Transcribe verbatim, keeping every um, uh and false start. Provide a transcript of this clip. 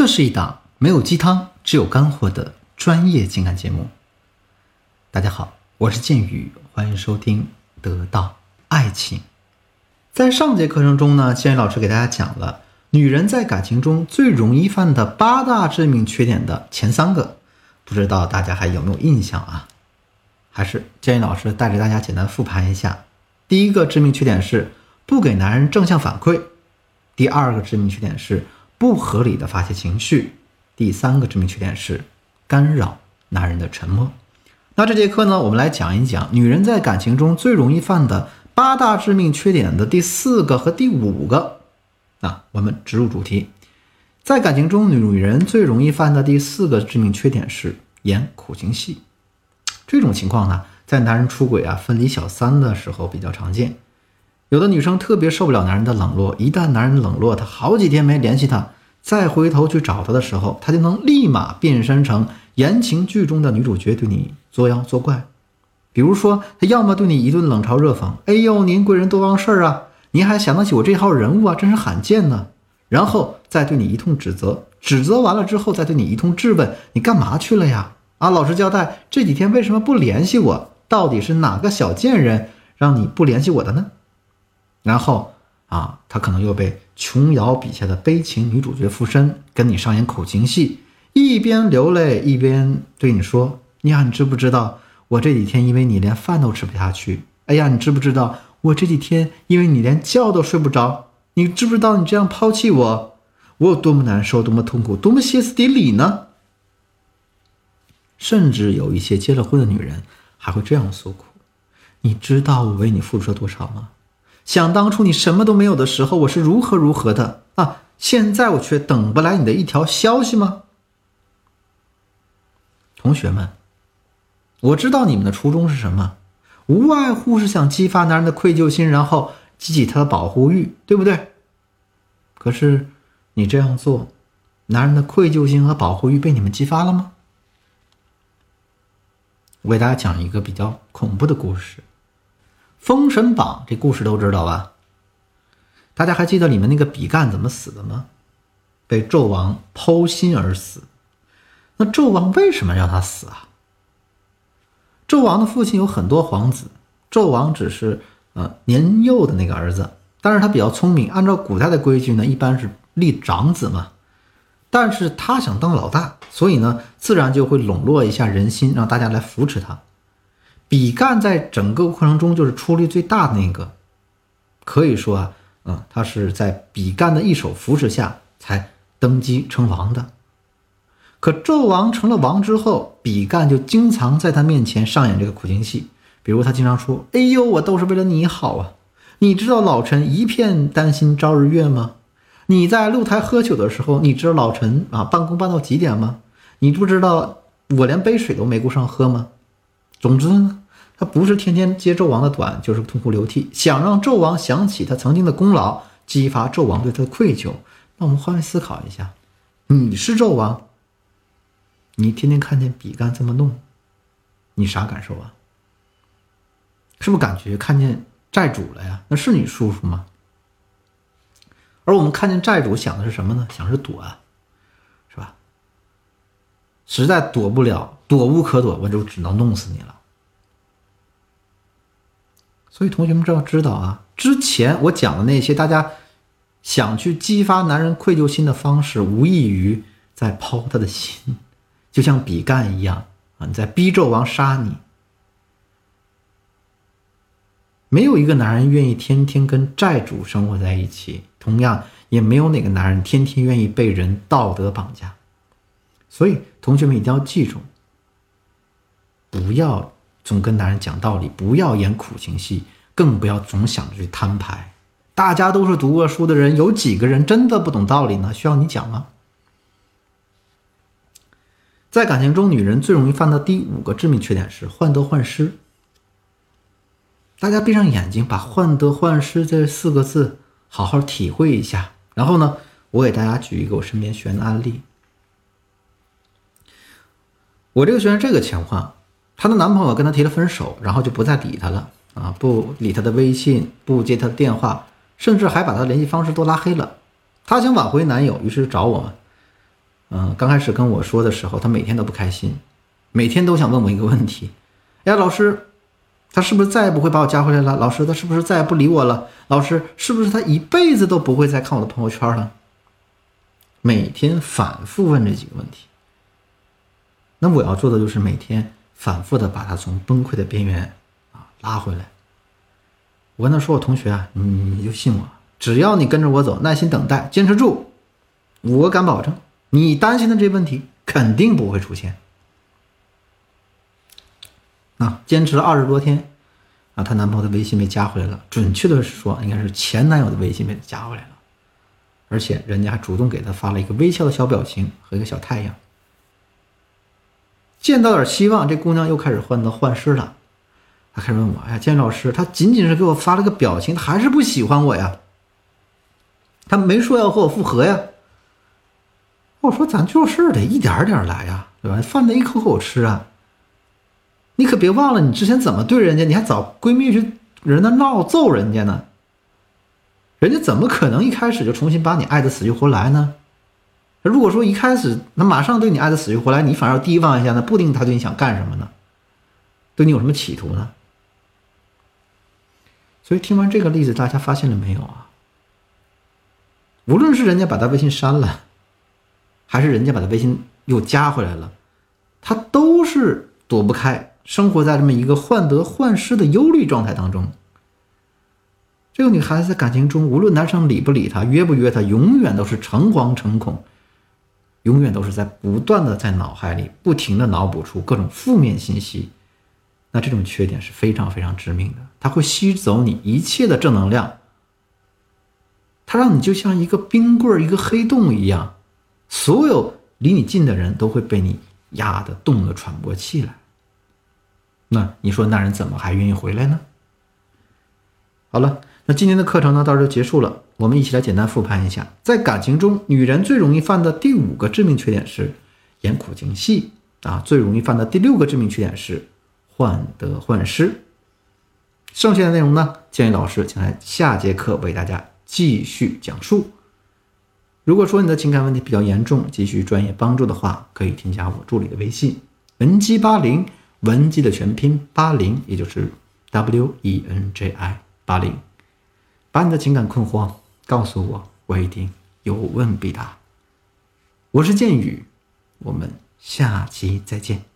这是一档没有鸡汤只有干货的专业情感节目。大家好，我是剑宇，欢迎收听得到爱情。在上节课程中呢，剑宇老师给大家讲了女人在感情中最容易犯的八大致命缺点的前三个，不知道大家还有没有印象啊？还是剑宇老师带着大家简单复盘一下。第一个致命缺点是不给男人正向反馈，第二个致命缺点是不合理的发泄情绪，第三个致命缺点是干扰男人的沉默。那这节课呢，我们来讲一讲女人在感情中最容易犯的八大致命缺点的第四个和第五个。那我们直入主题，在感情中女人最容易犯的第四个致命缺点是演苦情戏。这种情况呢，在男人出轨啊、分离小三的时候比较常见。有的女生特别受不了男人的冷落，一旦男人冷落她好几天没联系她，再回头去找她的时候，她就能立马变身成言情剧中的女主角，对你作妖作怪。比如说，她要么对你一顿冷嘲热讽，哎呦您贵人多忘事啊，您还想得起我这号人物啊，真是罕见呢。然后再对你一通指责，指责完了之后再对你一通质问，你干嘛去了呀？啊，老实交代，这几天为什么不联系我？到底是哪个小贱人让你不联系我的呢？然后啊，他可能又被琼瑶笔下的悲情女主角附身，跟你上演苦情戏，一边流泪一边对你说，呀，你知不知道我这几天因为你连饭都吃不下去，哎呀，你知不知道我这几天因为你连觉都睡不着，你知不知道你这样抛弃我，我有多么难受，多么痛苦，多么歇斯底里呢？甚至有一些结了婚的女人还会这样诉苦，你知道我为你付出了多少吗？想当初你什么都没有的时候，我是如何如何的啊！现在我却等不来你的一条消息吗？同学们，我知道你们的初衷是什么，无外乎是想激发男人的愧疚心，然后激起他的保护欲，对不对？可是你这样做，男人的愧疚心和保护欲被你们激发了吗？我给大家讲一个比较恐怖的故事。封神榜这故事都知道吧？大家还记得里面那个比干怎么死的吗？被纣王剖心而死。那纣王为什么让他死啊？纣王的父亲有很多皇子，纣王只是呃年幼的那个儿子，但是他比较聪明，按照古代的规矩呢，一般是立长子嘛。但是他想当老大，所以呢，自然就会笼络一下人心，让大家来扶持他。比干在整个过程中就是出力最大的那个，可以说啊，嗯，他是在比干的一手扶持下才登基称王的。可纣王成了王之后，比干就经常在他面前上演这个苦情戏，比如他经常说，哎呦，我都是为了你好啊，你知道老臣一片担心朝日月吗？你在露台喝酒的时候，你知道老臣啊办公办到几点吗？你不知道我连杯水都没顾上喝吗？总之呢，他不是天天接纣王的短，就是痛哭流涕，想让纣王想起他曾经的功劳，激发纣王对他的愧疚。那我们换位思考一下，你是纣王，你天天看见比干这么弄，你啥感受啊？是不是感觉看见债主了呀？那是你叔叔吗？而我们看见债主想的是什么呢？想是躲啊，是吧？实在躲不了，躲无可躲，我就只能弄死你了。所以同学们要知道啊，之前我讲的那些大家想去激发男人愧疚心的方式，无异于在抛他的心，就像比干一样啊，你在逼纣王杀你。没有一个男人愿意天天跟债主生活在一起，同样也没有哪个男人天天愿意被人道德绑架。所以同学们一定要记住，不要总跟男人讲道理，不要演苦情戏，更不要总想着去摊牌。大家都是读过书的人，有几个人真的不懂道理呢？需要你讲吗？在感情中，女人最容易犯的第五个致命缺点是患得患失。大家闭上眼睛，把患得患失这四个字好好体会一下。然后呢，我给大家举一个我身边学员的案例。我这个学员这个情况，她的男朋友跟她提了分手，然后就不再理她了啊，不理她的微信，不接她的电话，甚至还把她的联系方式都拉黑了。她想挽回男友，于是找我们。 嗯、呃，刚开始跟我说的时候，他每天都不开心，每天都想问我一个问题：哎呀，老师，他是不是再也不会把我加回来了？老师，他是不是再也不理我了？老师，是不是他一辈子都不会再看我的朋友圈了？每天反复问这几个问题。那我要做的就是每天反复的把他从崩溃的边缘啊拉回来。我跟他说，我同学啊，你你就信我，只要你跟着我走，耐心等待，坚持住，我敢保证，你担心的这些问题肯定不会出现。啊，坚持了二十多天，啊，她男朋友的微信被加回来了，准确的是说，应该是前男友的微信被加回来了，而且人家还主动给她发了一个微笑的小表情和一个小太阳。见到点希望，这姑娘又开始患得患失了。她开始问我：“哎呀，建老师，他仅仅是给我发了个表情，他还是不喜欢我呀？他没说要和我复合呀？”我说：“咱做事得一点点来呀，对吧？饭得一口口吃啊。你可别忘了你之前怎么对人家，你还找闺蜜去人家闹揍人家呢。人家怎么可能一开始就重新把你爱得死去活来呢？如果说一开始那马上对你爱得死去活来，你反而要提防一下呢，不定他对你想干什么呢？对你有什么企图呢？”所以听完这个例子，大家发现了没有啊？无论是人家把他微信删了，还是人家把他微信又加回来了，他都是躲不开生活在这么一个患得患失的忧虑状态当中。这个女孩子在感情中，无论男生理不理她，约不约她，永远都是诚惶诚恐，永远都是在不断的在脑海里不停的脑补出各种负面信息。那这种缺点是非常非常致命的，它会吸走你一切的正能量，它让你就像一个冰棍一个黑洞一样，所有离你近的人都会被你压得动了喘不过气来。那你说男人怎么还愿意回来呢？好了，那今天的课程呢到这就结束了，我们一起来简单复盘一下。在感情中，女人最容易犯的第五个致命缺点是眼苦精细啊，最容易犯的第六个致命缺点是患得患失。剩下的内容呢，建议老师将在下节课为大家继续讲述。如果说你的情感问题比较严重，急需专业帮助的话，可以添加我助理的微信文姬八零，文姬的全拼八零，也就是 W E N J I 八零，把你的情感困惑告诉我，我一定有问必答。我是建宇，我们下期再见。